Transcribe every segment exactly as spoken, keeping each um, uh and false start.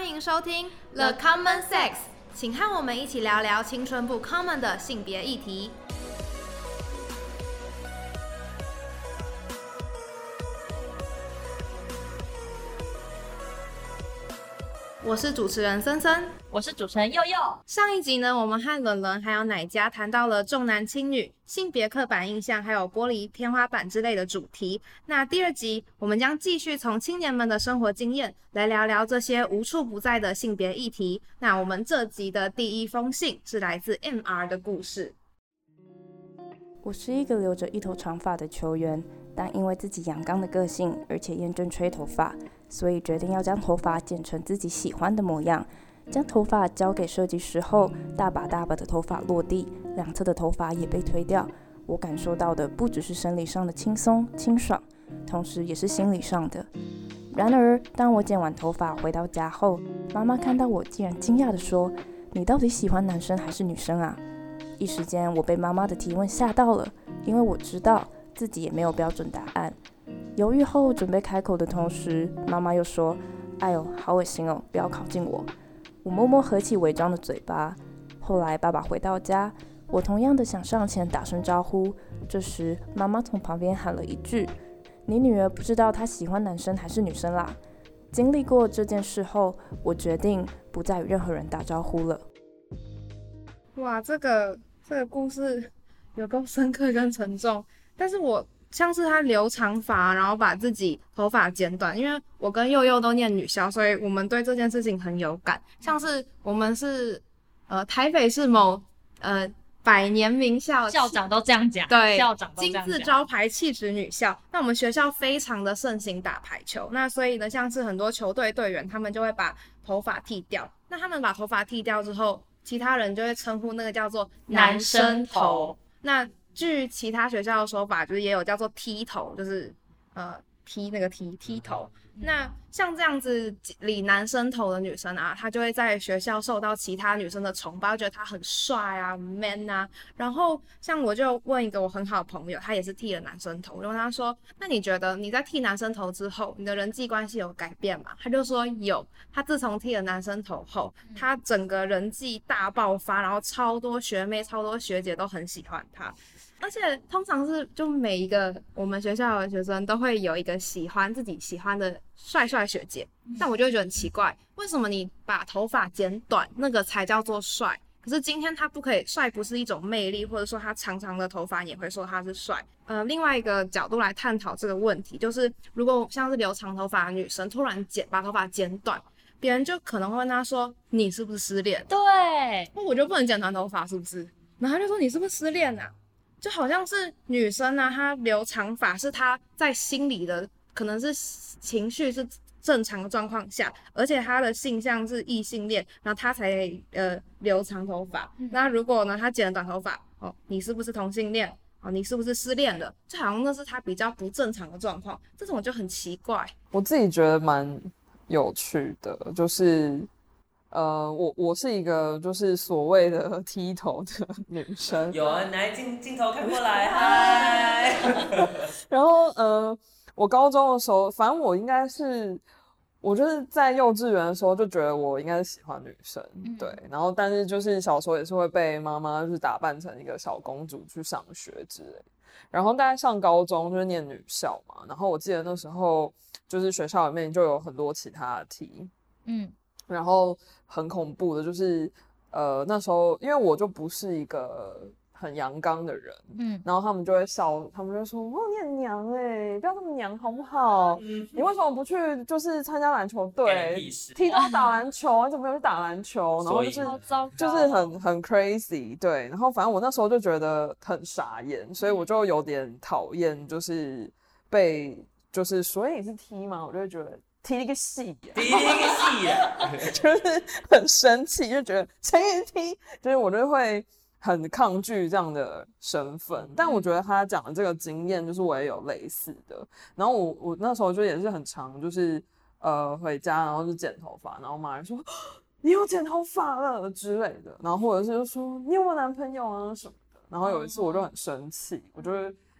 欢迎收听 The Common Sex， 请和我们一起聊聊青春不 common 的性别议题。我是主持人森森， 我是主持人佑佑。 上一集呢，我们和伦伦还有奶家谈到了重男轻女、性别刻板印象，还有玻璃天花板之类的主题。那第二集，我们将继续从青年们的生活经验来聊聊这些无处不在的性别议题。那我们这集的第一封信是来自 M R 的故事。 我是一个留着一头长发的球员，但因为自己阳刚的个性，而且厌倦吹头发，所以决定要将头发剪成自己喜欢的模样。将头发交给设计师后，大把大把的头发落地，两侧的头发也被推掉。我感受到的不只是生理上的轻松清爽，同时也是心理上的。然而，当我剪完头发回到家后，妈妈看到我竟然惊讶地说：“你到底喜欢男生还是女生啊？”一时间，我被妈妈的提问吓到了，因为我知道自己也没有标准答案。犹豫后准备开口的同时，妈妈又说：“哎呦，好恶心哦，不要靠近我。”我默默合起伪装的嘴巴。后来爸爸回到家，我同样的想上前打声招呼。这时妈妈从旁边喊了一句：“你女儿不知道她喜欢男生还是女生啦。”经历过这件事后，我决定不再与任何人打招呼了。 哇，这个这个故事有够深刻跟沉重，但是我像是他留长发，然后把自己头发剪短，因为我跟佑佑都念女校，所以我们对这件事情很有感。像是我们是呃台北市某呃百年名校， 校长都这样讲， 对， 校长都这样讲， 金字招牌气质女校。那我们学校非常的盛行打排球，那所以呢，像是很多球队队员，他们就会把头发剃掉。那他们把头发剃掉之后，其他人就会称呼那个叫做男生头。那据其他学校的说法，就是也有叫做剃头，就是呃剃那个剃剃头。那像这样子理男生头的女生啊，她就会在学校受到其他女生的崇拜，觉得她很帅啊 man 啊。然后像我就问一个我很好的朋友，他也是剃了男生头，我就问他说：“那你觉得你在剃男生头之后，你的人际关系有改变吗？”他就说有，他自从剃了男生头后，他整个人际大爆发，然后超多学妹、超多学姐都很喜欢他。而且通常是就每一个我们学校的学生都会有一个喜欢自己喜欢的帅帅学姐，但我就会觉得很奇怪，为什么你把头发剪短那个才叫做帅？可是今天他不可以，帅不是一种魅力，或者说他长长的头发也会说他是帅。呃，另外一个角度来探讨这个问题，就是如果像是留长头发的女生突然剪把头发剪短，别人就可能会问她说你是不是失恋？ 对， 那我就不能剪短头发是不是？然后他就说你是不是失恋啊？就好像是女生啊，她留长发是她在心里的可能是情绪是正常的状况下，而且她的性向是异性恋，然后她才呃留长头发。嗯、那如果呢她剪了短头发，哦，你是不是同性恋？哦，你是不是失恋了？就好像那是她比较不正常的状况，这种就很奇怪。 我自己觉得蛮有趣的，就是。呃，我我是一个就是所谓的剃头的女生， 有啊，来镜镜头看过来，嗨。 然后呃，我高中的时候，反正我应该是，我就是在幼稚园的时候就觉得我应该是喜欢女生，嗯、对。然后但是就是小时候也是会被妈妈就是打扮成一个小公主去上学之类。然后大概上高中就是念女校嘛，然后我记得那时候就是学校里面就有很多其他的题，嗯。然后很恐怖的就是，呃，那时候因为我就不是一个很阳刚的人，嗯，然后他们就会笑，他们就说：“哦，你很娘哎、欸，不要这么娘好不好？嗯、你为什么不去就是参加篮球队，提早打篮球？你怎么没有去打篮球？然后就是就是很很 crazy， 对。然后反正我那时候就觉得很傻眼，所以我就有点讨厌，就是被就是所以你是 T 吗？我就会觉得。”踢一个戏呀， 踢一个戏呀， 就是很生气，就觉得谁也踢，就是我就会很抗拒这样的身份。但我觉得他讲的这个经验，就是我也有类似的。然后我我那时候就也是很常，就是呃回家，然后就剪头发，然后妈就说你有剪头发了之类的，然后或者是就说你有没有男朋友啊什么的。然后有一次我就很生气，我就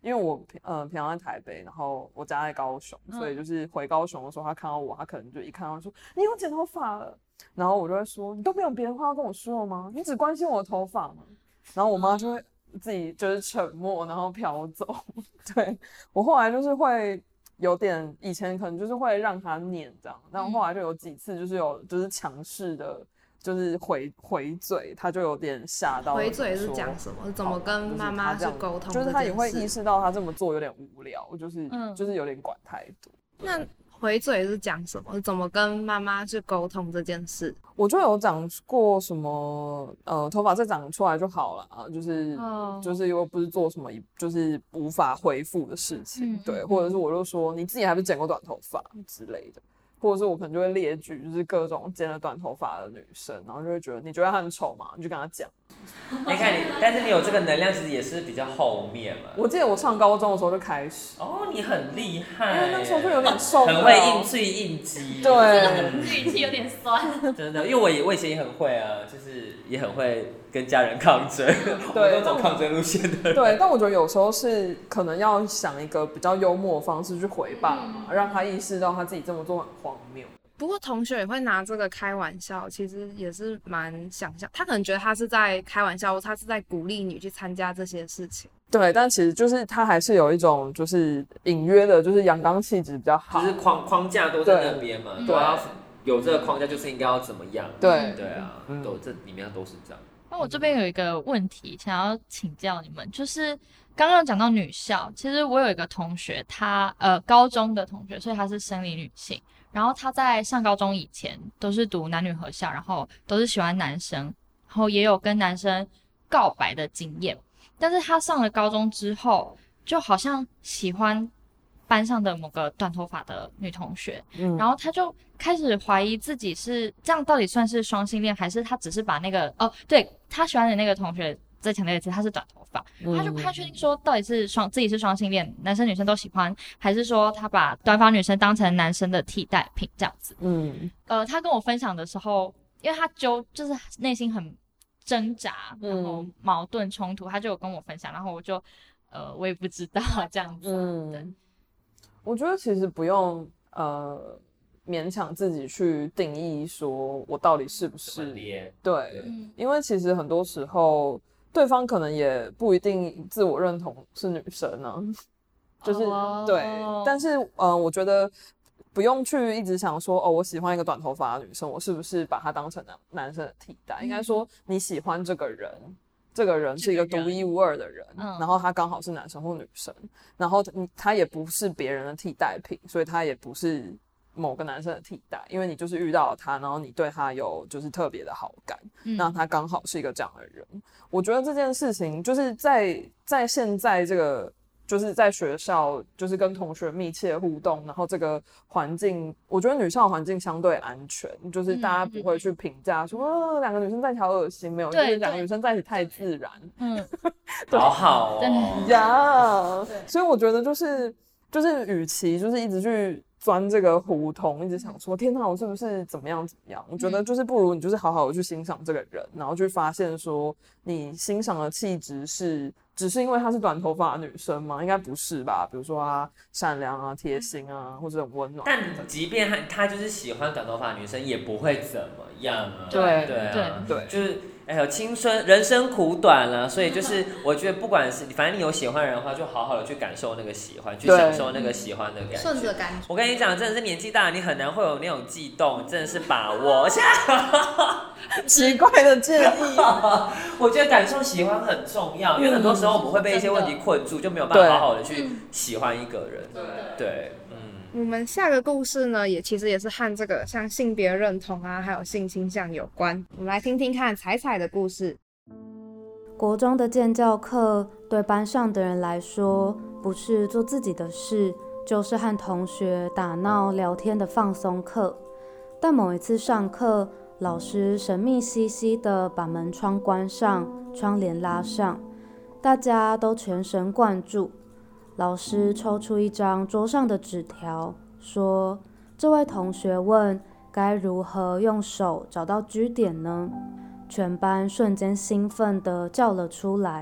因为我呃平常在台北，然后我家在高雄， 嗯所以就是回高雄的时候，他看到我，他可能就一看到说你有剪头发了，然后我就会说你都没有别的话要跟我说了吗？你只关心我的头发吗？然后我妈就会自己就是沉默，然后飘走。对，我后来就是会有点，以前可能就是会让他念这样，然后后来就有几次就是有就是强势的。就是回回嘴，他就有点吓到。 回嘴是讲什么？怎么跟妈妈去沟通？ 就是他也会意识到他这么做有点无聊，就是、嗯、就是有点管太多。 那回嘴是讲什么？怎么跟妈妈去沟通这件事？ 我就有讲过什么，呃，头发再长出来就好了啊，就是、哦、就是又不是做什么就是无法恢复的事情，嗯、对，或者是我就说你自己还不是剪过短头发之类的。或者是我可能就会列举，就是各种剪了短头发的女生，然后就会觉得你觉得她很丑吗？你就跟她讲。 你看你，但是你有这个能量，其实也是比较后面嘛。 我记得我上高中的时候就开始。 哦，你很厉害。 因为那时候就有点受不了， 很会应脆应激。 对， 语气有点酸。 真的，因为我也我以前也很会啊，就是也很会跟家人抗争， 对， 我都走抗争路线的人。 对，但我觉得有时候是可能要想一个比较幽默的方式去回爸嘛，嗯、让他意识到他自己这么做很荒谬。 不过同学也会拿这个开玩笑，其实也是蛮想象，他可能觉得他是在开玩笑，他是在鼓励你去参加这些事情。 对，但其实就是他还是有一种就是隐约的，就是阳刚气质比较好， 就是框框架都在那边嘛，对，要有这个框架就是应该要怎么样， 对对啊，嗯、都这里面都是这样。 那我这边有一个问题想要请教你们，就是刚刚讲到女校，其实我有一个同学，他呃高中的同学，所以他是生理女性。然后他在上高中以前都是读男女合校，然后都是喜欢男生，然后也有跟男生告白的经验。但是他上了高中之后，就好像喜欢班上的某个短头发的女同学，嗯、然后他就开始怀疑自己是这样，到底算是双性恋，还是他只是把那个哦，对他喜欢的那个同学。再强调一次，他是短头发，嗯、他就不太确定说到底是双自己是双性恋，男生女生都喜欢，还是说他把短发女生当成男生的替代品这样子。嗯，呃，他跟我分享的时候，因为他就就是内心很挣扎，然后矛盾冲突，他就有跟我分享，然后我就呃我也不知道这样子。嗯，对， 我觉得其实不用呃勉强自己去定义说我到底是不是对，嗯、因为其实很多时候。对方可能也不一定自我认同是女生啊，就是、oh. 对，但是呃，我觉得不用去一直想说哦，我喜欢一个短头发的女生，我是不是把她当成男男生的替代？嗯、应该说你喜欢这个人，这个人是一个独一无二的人，嗯、然后他刚好是男生或女生，然后他也不是别人的替代品，所以他也不是。某个男生的替代，因为你就是遇到了他，然后你对他有就是特别的好感，嗯、那他刚好是一个这样的人。我觉得这件事情就是在在现在这个就是在学校就是跟同学密切互动，然后这个环境，我觉得女校环境相对安全，就是大家不会去评价说哦两个女生在一起好恶心，没有，就是两个女生在一起太自然，嗯， 好好哦呀，所以我觉得就是就是与其就是一直去。钻这个胡同，一直想说天哪，我是不是怎么样怎么样？我觉得就是不如你就是好好的去欣赏这个人，然后去发现说你欣赏的气质是只是因为她是短头发的女生吗？应该不是吧？比如说她善良啊、贴心啊，或者很温暖。 但即便她她就是喜欢短头发的女生，也不会怎么样啊。 对对啊， 对， 就是。哎呦，青春人生苦短了，所以就是我觉得不管是反正你有喜欢的人的话，就好好的去感受那个喜欢，去享受那个喜欢的感觉。 顺着感觉。 我跟你讲，真的是年纪大了，你很难会有那种悸动，真的是把握。 奇怪的建议。 我觉得感受喜欢很重要，因为很多时候我们会被一些问题困住，就没有办法好好的去喜欢一个人。对。对我们下个故事呢，也其实也是和这个像性别认同啊，还有性倾向有关。我们来听听看彩彩的故事。 国中的健教课对班上的人来说，不是做自己的事，就是和同学打闹聊天的放松课。但某一次上课，老师神秘兮兮地把门窗关上，窗帘拉上，大家都全神贯注。老师抽出一张桌上的纸条，说：“这位同学问该如何用手找到 G 点呢？”全班瞬间兴奋地叫了出来。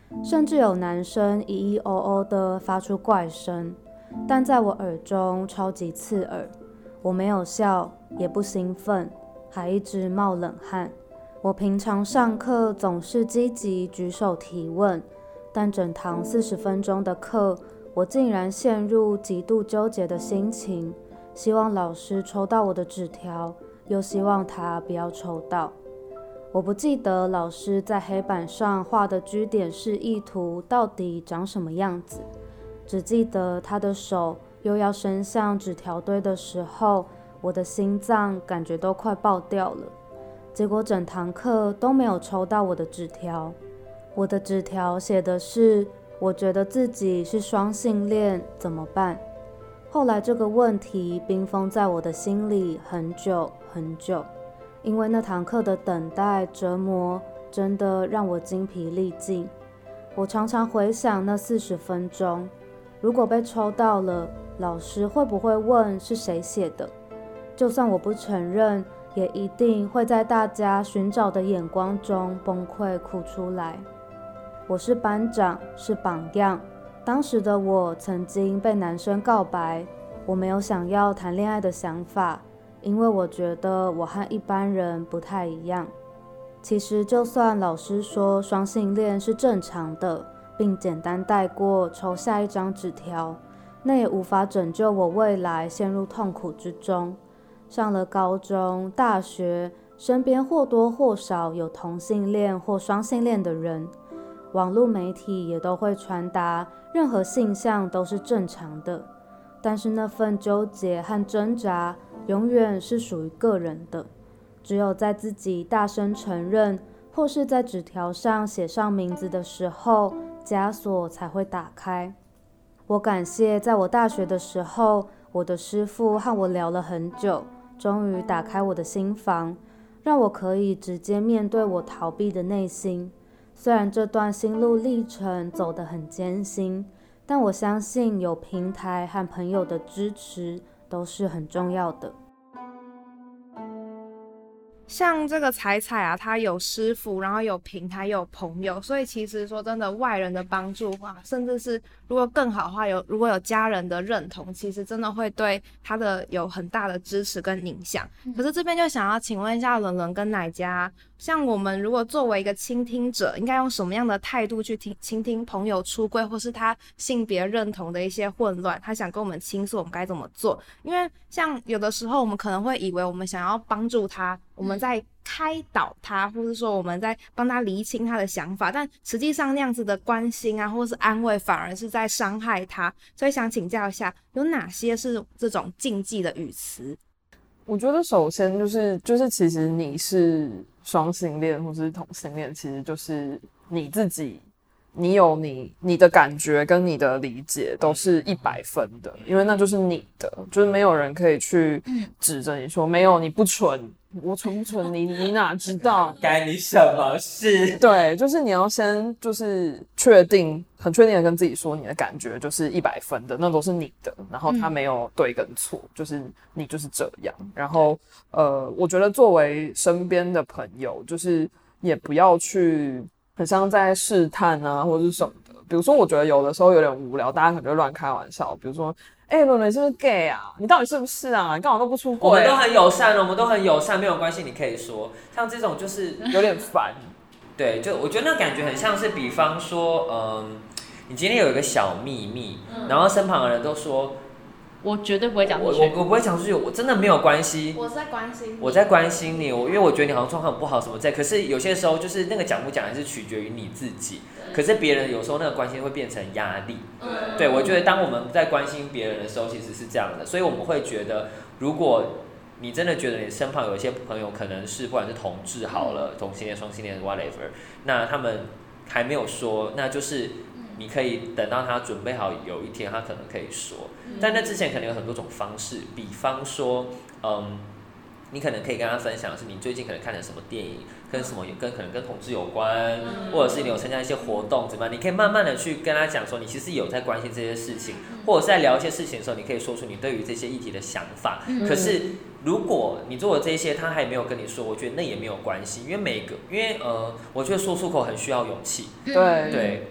甚至有男生咿咿哦哦地发出怪声，但在我耳中超级刺耳。我没有笑，也不兴奋，还一直冒冷汗。我平常上课总是积极举手提问，但整堂四十分钟的课，我竟然陷入极度纠结的心情，希望老师抽到我的纸条，又希望他不要抽到。我不记得老师在黑板上画的居点式意图到底长什么样子，只记得他的手又要伸向纸条堆的时候，我的心脏感觉都快爆掉了。结果整堂课都没有抽到我的纸条。我的纸条写的是，我觉得自己是双性恋，怎么办？后来这个问题冰封在我的心里很久很久，因为那堂课的等待折磨真的让我精疲力尽。我常常回想那四十分钟，如果被抽到了，老师会不会问是谁写的？就算我不承认，也一定会在大家寻找的眼光中崩溃哭出来。我是班长，是榜样。当时的我曾经被男生告白，我没有想要谈恋爱的想法，因为我觉得我和一般人不太一样。其实就算老师说双性恋是正常的，并简单带过抽下一张纸条，那也无法拯救我未来陷入痛苦之中。上了高中、大学，身边或多或少有同性恋或双性恋的人，网络媒体也都会传达任何性向都是正常的，但是那份纠结和挣扎永远是属于个人的，只有在自己大声承认，或是在纸条上写上名字的时候，枷锁才会打开。我感谢在我大学的时候，我的师父和我聊了很久，终于打开我的心房，让我可以直接面对我逃避的内心。虽然这段心路历程走得很艰辛，但我相信有平台和朋友的支持都是很重要的。 像这个彩彩啊，他有师傅，然后有平台，有朋友，所以其实说真的，外人的帮助啊，甚至是如果更好的话，有如果有家人的认同，其实真的会对他的有很大的支持跟影响。嗯、可是这边就想要请问一下伦伦跟奶家，像我们如果作为一个倾听者，应该用什么样的态度去听倾听朋友出柜，或是他性别认同的一些混乱，他想跟我们倾诉，我们该怎么做？因为像有的时候我们可能会以为我们想要帮助他，我们在开导他，或是说我们在帮他厘清他的想法，但实际上那样子的关心啊，或是安慰，反而是在伤害他。所以想请教一下，有哪些是这种禁忌的语词？ 我觉得首先就是就是其实你是双性恋或是同性恋，其实就是你自己，你有你你的感觉跟你的理解都是一百分的，因为那就是你的，就是没有人可以去指着你说没有你不纯，我纯不纯你你哪知道干你什么事？ 对，就是你要先就是确定很确定的跟自己说你的感觉就是一百分的，那都是你的，然后它没有对跟错，嗯、就是你就是这样。然后呃，我觉得作为身边的朋友，就是也不要去很像在试探啊或者是什么的。比如说我觉得有的时候有点无聊，大家可能就乱开玩笑，比如说哎，伦伦是不是 gay 啊？你到底是不是啊？你干嘛都不出柜、啊？ 我们都很友善，我们都很友善，没有关系，你可以说。像这种就是有点烦， 对，就我觉得那感觉很像是，比方说，嗯，你今天有一个小秘密，嗯、然后身旁的人都说， 我绝对不会讲出去， 我我我不会讲出去，我真的没有关系。 我在关心你， 我在关心你，我因为我觉得你好像状况不好什么在，可是有些时候就是那个讲不讲还是取决于你自己。可是别人有时候那个关心会变成压力，嗯、对，我觉得当我们在关心别人的时候，其实是这样的，所以我们会觉得，如果你真的觉得你身旁有一些朋友可能是不管是同志好了，同性恋、双性恋 whatever， 那他们还没有说，那就是你可以等到他准备好，有一天他可能可以说，但那之前可能有很多种方式，比方说，嗯。你可能可以跟他分享的是你最近可能看了什么电影，跟什么跟可能跟同志有关，嗯、或者是你有参加一些活动怎么样，你可以慢慢的去跟他讲说你其实有在关心这些事情，或者是在聊一些事情的时候，你可以说出你对于这些议题的想法。嗯、可是如果你做了这些，他还没有跟你说，我觉得那也没有关系，因为每个因为呃，我觉得说出口很需要勇气。 对对。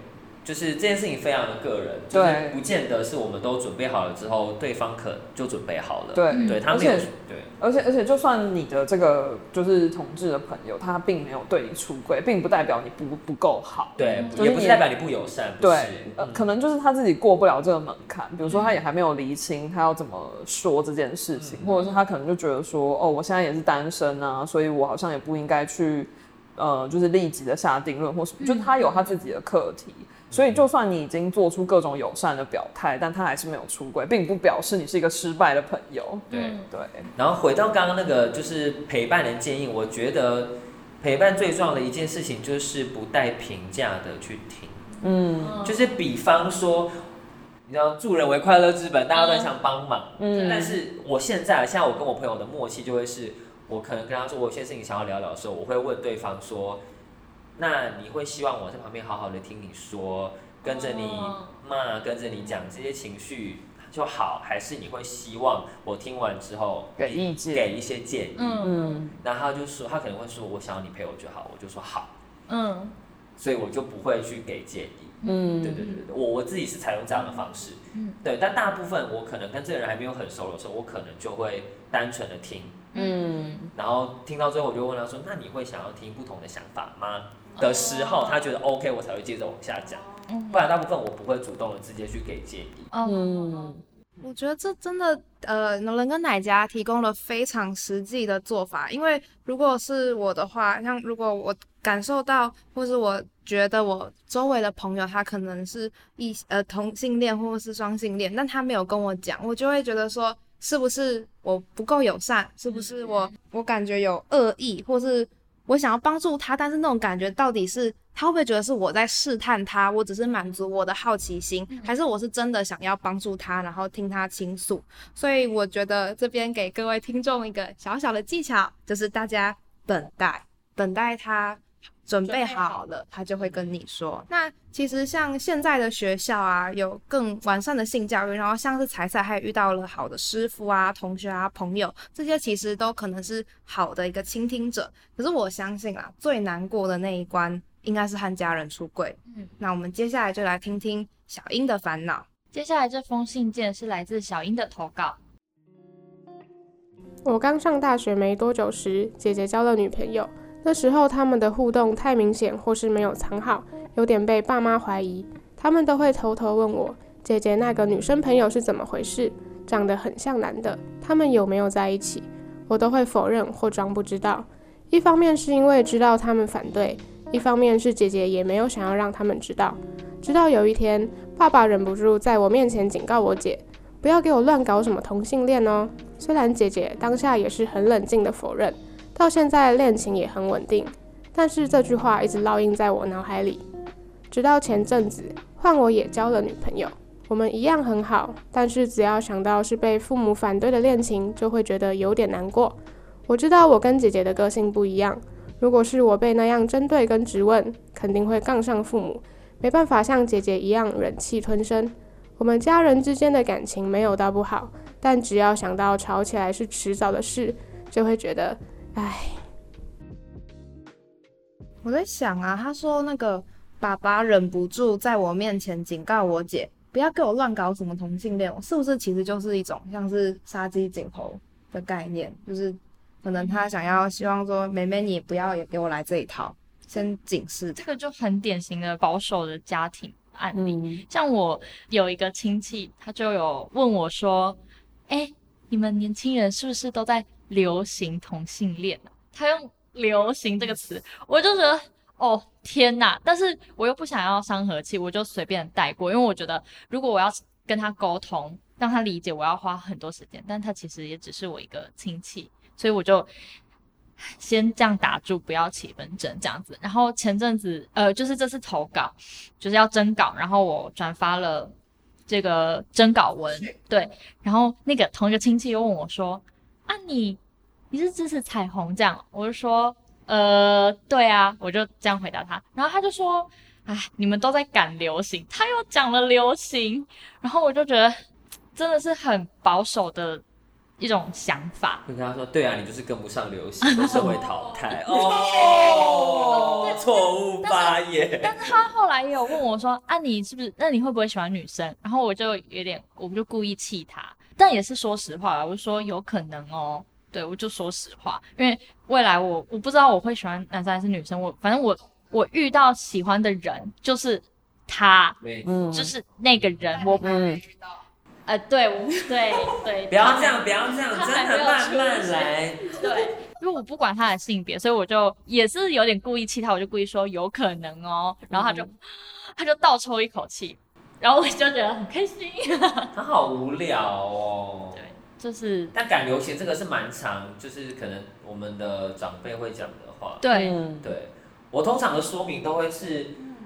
就是这件事情非常的个人，就是不见得是我们都准备好了之后，对方可就准备好了。 对， 对他没有对， 而且而且就算你的这个就是同志的朋友，他并没有对你出柜，并不代表你不不够好。 对，也不是代表你不友善。 对， 呃、 嗯，可能就是他自己过不了这个门槛，比如说他也还没有厘清他要怎么说这件事情，嗯、或者是他可能就觉得说，哦，我现在也是单身啊，所以我好像也不应该去。呃，就是立即的下定论或什么，就是他有他自己的课题，所以就算你已经做出各种友善的表态，但他还是没有出轨，并不表示你是一个失败的朋友。 对对。 然后回到刚刚那个就是陪伴的建议，我觉得陪伴最重要的一件事情就是不带评价的去听。嗯，就是比方说，你知道助人为快乐之本，大家都很想帮忙。嗯，但是我现在，现在我跟我朋友的默契就会是。我可能跟他说，我有些事情想要聊聊的时候，我会问对方说：“那你会希望我在旁边好好的听你说，跟着你骂，跟着你讲这些情绪就好，还是你会希望我听完之后给意见， 给一些建议？”嗯，然后他就说，他可能会说：“我想要你陪我就好。”我就说好。嗯，所以我就不会去给建议。嗯，对对对对，我我自己是采用这样的方式。嗯，对，但大部分我可能跟这个人还没有很熟的时候，我可能就会单纯的听。嗯，然后听到最后，我就问他说：“那你会想要听不同的想法吗？”的时候，他觉得 OK， 我才会接着往下讲。不然大部分我不会主动的直接去给建议。嗯， 我觉得这真的呃，人跟奶家提供了非常实际的做法。因为如果是我的话，像如果我感受到，或是我觉得我周围的朋友他可能是异呃同性恋或是双性恋，但他没有跟我讲，我就会觉得说。是不是我不够友善？是不是我我感觉有恶意，或是我想要帮助他，但是那种感觉到底是他会不会觉得是我在试探他，我只是满足我的好奇心，还是我是真的想要帮助他，然后听他倾诉？所以我觉得这边给各位听众一个小小的技巧，就是大家等待，等待他准备好了，他就会跟你说。那其实像现在的学校啊，有更完善的性教育，然后像是彩彩还遇到了好的师傅啊、同学啊、朋友，这些其实都可能是好的一个倾听者。可是我相信啊，最难过的那一关应该是和家人出柜。嗯，那我们接下来就来听听小英的烦恼。 接下来这封信件是来自小英的投稿。 我刚上大学没多久时，姐姐交了女朋友。那时候他们的互动太明显，或是没有藏好，有点被爸妈怀疑。他们都会偷偷问我，姐姐那个女生朋友是怎么回事，长得很像男的，他们有没有在一起？我都会否认或装不知道。一方面是因为知道他们反对，一方面是姐姐也没有想要让他们知道。直到有一天，爸爸忍不住在我面前警告我姐，不要给我乱搞什么同性恋哦。虽然姐姐当下也是很冷静的否认，到现在恋情也很稳定，但是这句话一直烙印在我脑海里。直到前阵子，换我也交了女朋友，我们一样很好，但是只要想到是被父母反对的恋情，就会觉得有点难过。我知道我跟姐姐的个性不一样，如果是我被那样针对跟质问，肯定会杠上父母，没办法像姐姐一样忍气吞声。我们家人之间的感情没有到不好，但只要想到吵起来是迟早的事，就会觉得唉。 我在想啊，他说那个爸爸忍不住在我面前警告我姐，不要给我乱搞什么同性恋，是不是其实就是一种像是杀鸡儆猴的概念？就是可能他想要希望说，妹妹你不要也给我来这一套，先警示他。 这个就很典型的保守的家庭案例。嗯、像我有一个亲戚，他就有问我说，哎，你们年轻人是不是都在流行同性恋啊？他用流行这个词，我就觉得哦天哪！但是我又不想要伤和气，我就随便带过，因为我觉得如果我要跟他沟通，让他理解，我要花很多时间，但他其实也只是我一个亲戚，所以我就先这样打住，不要起纷争这样子。然后前阵子呃，就是这次投稿就是要征稿，然后我转发了这个征稿文，对，然后那个同一个亲戚又问我说，啊你你是支持彩虹这样？我就说呃对啊，我就这样回答他，然后他就说哎你们都在赶流行，他又讲了流行，然后我就觉得真的是很保守的一种想法。 就跟他说对啊，你就是跟不上流行，被社会淘汰哦。 对， 错误发言。 但是他后来也有问我说：“啊，你是不是？那你会不会喜欢女生？”然后我就有点，我就故意气他，但也是说实话啦，我就说有可能哦。对，我就说实话，因为未来我我不知道我会喜欢男生还是女生，我反正我我遇到喜欢的人就是他， 嗯， 就是那个人，我嗯。 呃，对，我对对， 不要这样，不要这样，真的慢慢来。 对，因为我不管他的性别，所以我就也是有点故意气他，我就故意说有可能哦，然后他就、嗯、他就倒抽一口气，然后我就觉得很开心。 他好无聊哦。 对，就是， 但赶流行这个是蛮常，就是可能我们的长辈会讲的话。 对， 嗯、 对，我通常的说明都会是，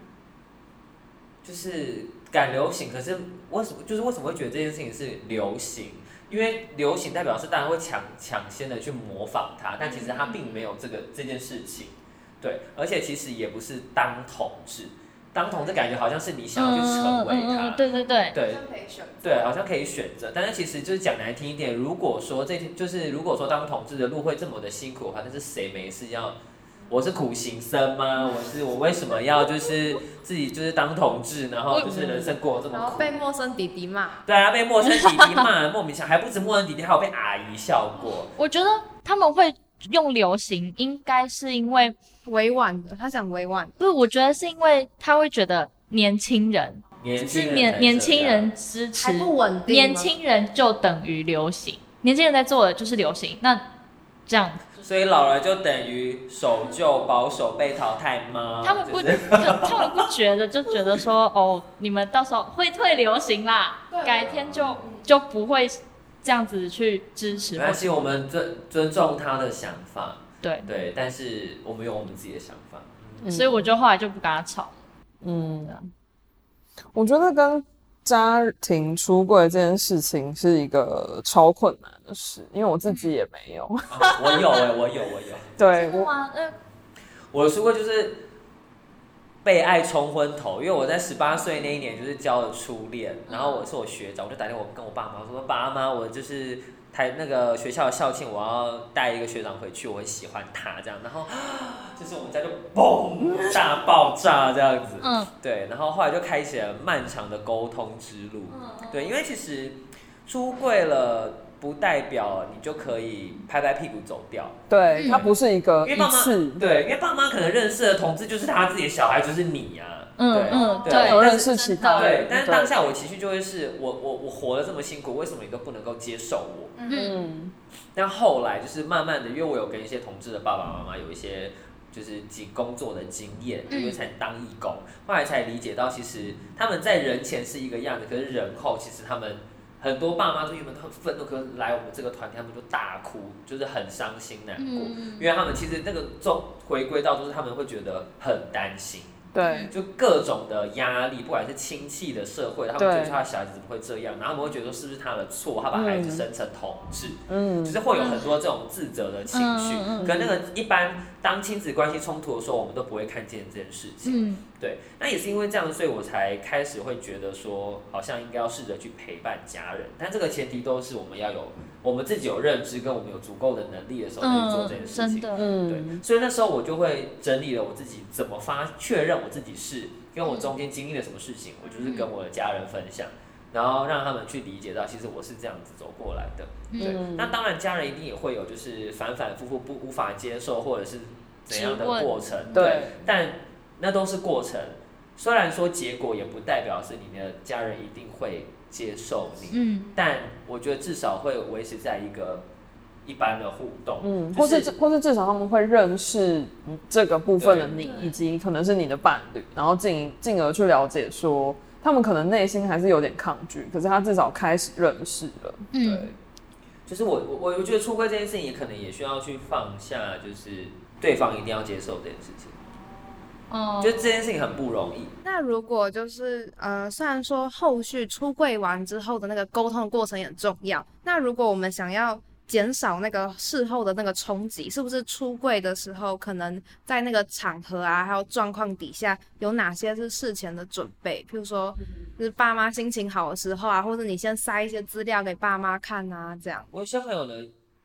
就是赶流行，可是为什么就是为什么会觉得这件事情是流行？因为流行代表是大家会抢抢先的去模仿它，但其实它并没有这个这件事情。对，而且其实也不是当同志，当同志感觉好像是你想要去成为它。 嗯嗯嗯、对对对。 对。对，好像可以选择，但是其实就是讲难听一点，如果说这就是如果说当同志的路会这么的辛苦的话，那是谁没事要？我是苦行僧吗？我是我为什么要就是自己就是当同志，然后就是人生过得这么苦， 然后被陌生弟弟骂。 对啊，被陌生弟弟骂，莫名其妙，还不止陌生弟弟，还有被阿姨笑过。 我觉得他们会用流行，应该是因为委婉的，他想委婉。 不是，我觉得是因为他会觉得年轻人， 年轻人年年轻人支持， 还不稳定， 年轻人就等于流行，年轻人在做的就是流行，那这样。 所以老了就等于守旧保守被淘汰吗？ 他们不， 就是、 他们不觉得，就觉得说哦，你们到时候会退流行啦，改天就就不会这样子去支持。 没关系，我们尊尊重他的想法。 对对，但是我们有我们自己的想法， 嗯、所以我就后来就不跟他吵了。 嗯，我觉得跟家庭出柜这件事情是一个超困难的事，因为我自己也没有。 啊、我有哎、欸，我有，我有。 对，我我的出柜就是被爱冲昏头，因为我在十八岁那一年就是交了初恋，然后我是我学长，我就打电话跟我爸妈说：“爸妈，我就是台那个学校的校庆，我要带一个学长回去，我很喜欢他这样。”然后就是我们家就嘣大爆炸这样子，嗯，对，然后后来就开启了漫长的沟通之路，对，因为其实出柜了。不代表你就可以拍拍屁股走掉。 对，它不是一个一次。对，因为爸妈可能认识的同志就是他自己的小孩，就是你啊。 嗯对嗯， 对，有认识其他。 对，但是当下我情绪就会是我我我活得这么辛苦，为什么你都不能够接受我？嗯。但后来就是慢慢的，因为我有跟一些同志的爸爸妈妈有一些就是工作的经验，因为才当义工，后来才理解到，其实他们在人前是一个样子，可是人后其实他们。很多爸妈就原本很愤怒，可是来我们这个团体，他们就大哭，就是很伤心难过，嗯、因为他们其实那个重回归到就是他们会觉得很担心， 对， 就各种的压力，不管是亲戚的、社会，他们觉得他的小孩子怎么会这样，然后他们会觉得说是不是他的错，他把孩子生成同志，嗯，就是会有很多这种自责的情绪，嗯、可那个一般当亲子关系冲突的时候，我们都不会看见这件事情，嗯，对，那也是因为这样，所以我才开始会觉得说，好像应该要试着去陪伴家人，但这个前提都是我们要有我们自己有认知，跟我们有足够的能力的时候，再去做这件事情，嗯，对，所以那时候我就会整理了我自己怎么发确认我自己是，跟我中间经历了什么事情，我就是跟我的家人分享，然后让他们去理解到，其实我是这样子走过来的，对，嗯、那当然家人一定也会有就是反反复复不无法接受或者是怎样的过程，对，但那都是过程。虽然说结果也不代表是你的家人一定会接受你，嗯，但我觉得至少会维持在一个一般的互动， 嗯，或是或是至少他们会认识这个部分的你，以及可能是你的伴侣，然后进进而去了解说，他们可能内心还是有点抗拒，可是他至少开始认识了，嗯，对， 就是我我我觉得出柜这件事情也可能也需要去放下，就是对方一定要接受这件事情。哦，就这件事情很不容易。 那如果就是呃，虽然说后续出柜完之后的那个沟通的过程也很重要，那如果我们想要减少那个事后的那个冲击，是不是出柜的时候可能在那个场合啊，还有状况底下有哪些是事前的准备？譬如说，就是爸妈心情好的时候啊，或者你先塞一些资料给爸妈看啊，这样。 我有些朋友呢。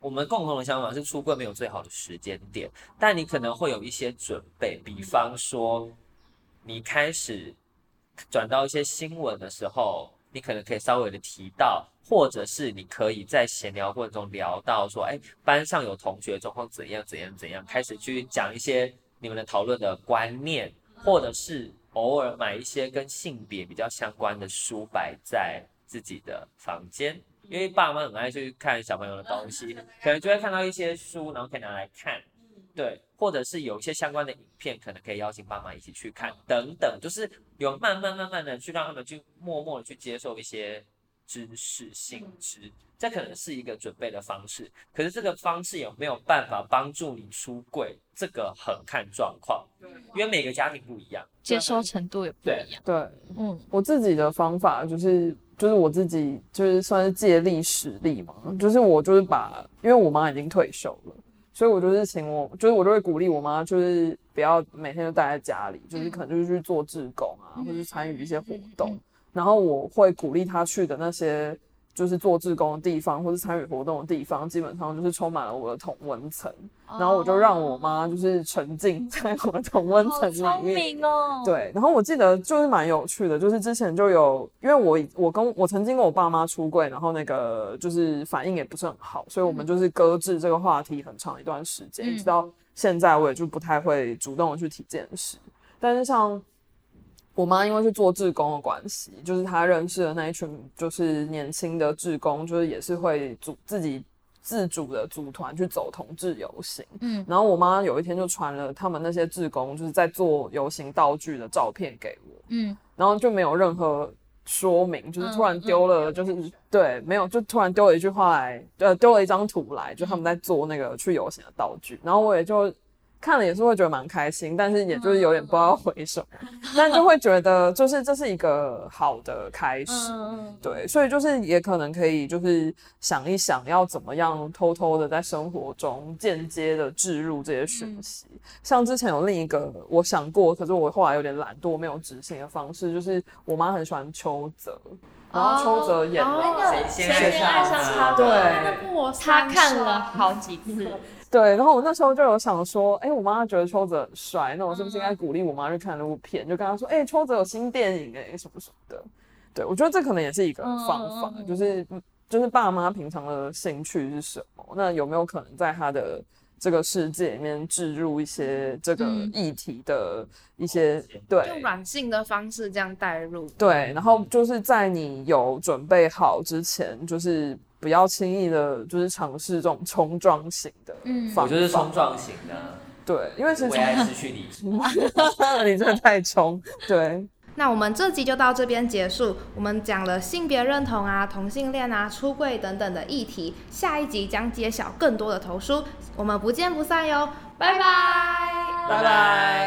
我们共同的想法是出柜没有最好的时间点，但你可能会有一些准备，比方说你开始转到一些新闻的时候，你可能可以稍微的提到，或者是你可以在闲聊过程中聊到说，哎，班上有同学状况怎样怎样怎样，开始去讲一些你们的讨论的观念，或者是偶尔买一些跟性别比较相关的书摆在自己的房间，因为爸妈很爱去看小朋友的东西，可能就会看到一些书，然后可以拿来看，对，或者是有一些相关的影片，可能可以邀请爸妈一起去看，等等，就是有慢慢慢慢的去让他们去默默的去接受一些知识性知，这可能是一个准备的方式。可是这个方式有没有办法帮助你出柜，这个很看状况，因为每个家庭不一样， 接收程度也不一样。 对， 嗯， 我自己的方法就是就是我自己就是算是借力使力嘛，就是我就是把，因为我妈已经退休了，所以我就是请我，就是我就会鼓励我妈，就是不要每天都待在家里，就是可能就是去做志工啊，或者参与一些活动。然后我会鼓励她去的那些就是做志工的地方，或是参与活动的地方，基本上就是充满了我的同温层。然后我就让我妈就是沉浸在我的同温层里面。 好聪明哦。 对，然后我记得就是蛮有趣的，就是之前就有，因为我我跟我曾经跟我爸妈出柜，然后那个就是反应也不是很好，所以我们就是搁置这个话题很长一段时间，一直到现在我也就不太会主动的去提这件事。但是像我妈因为是做志工的关系，就是她认识的那一群就是年轻的志工，就是也是会组自己自主的组团去走同志游行。嗯，然后我妈有一天就传了他们那些志工就是在做游行道具的照片给我。嗯，然后就没有任何说明，就是突然丢了，就是、嗯嗯、对，没有，就突然丢了一句话来，呃，丢了一张图来，就他们在做那个去游行的道具，然后我也就看了也是会觉得蛮开心，但是也就是有点不知道回什么，但就会觉得就是这是一个好的开始，对，所以就是也可能可以就是想一想要怎么样偷偷的在生活中间接的置入这些讯息。像之前有另一个我想过，可是我后来有点懒惰没有执行的方式，就是我妈很喜欢邱泽。然后邱泽演了谁先爱上他， 对， 他看了好几次。 对，然后我那时候就有想说，哎，我妈觉得邱泽很帅，那我是不是应该鼓励我妈去看那部片？就跟她说，哎，邱泽有新电影哎，什么什么的。对，我觉得这可能也是一个方法，嗯、就是就是爸妈平常的兴趣是什么？那有没有可能在他的这个世界里面置入一些这个议题的一些、嗯、对， 用软性的方式这样带入。 对，然后就是在你有准备好之前，就是不要轻易的，就是尝试这种冲撞型的方法。 我就是冲撞型的。 对，因为其实为爱失去理智， 你真的太冲。对。 那我们这集就到这边结束，我们讲了性别认同啊、同性恋啊、出柜等等的议题，下一集将揭晓更多的投书，我们不见不散哟，拜拜， 拜拜。